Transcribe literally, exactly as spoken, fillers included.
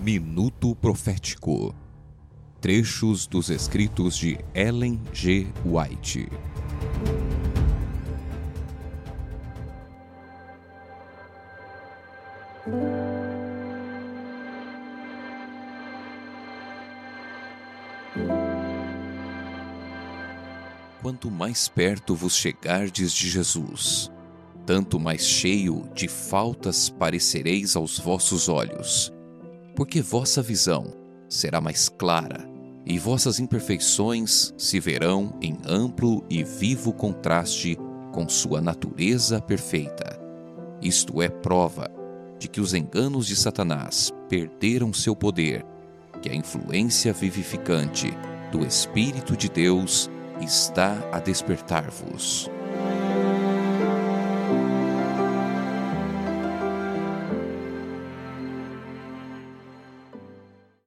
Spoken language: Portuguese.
Minuto Profético. Trechos dos escritos de Ellen G. White. Quanto mais perto vos chegardes de Jesus, tanto mais cheio de faltas parecereis aos vossos olhos, porque vossa visão será mais clara e vossas imperfeições se verão em amplo e vivo contraste com sua natureza perfeita. Isto é prova de que os enganos de Satanás perderam seu poder, que a influência vivificante do Espírito de Deus está a despertar-vos.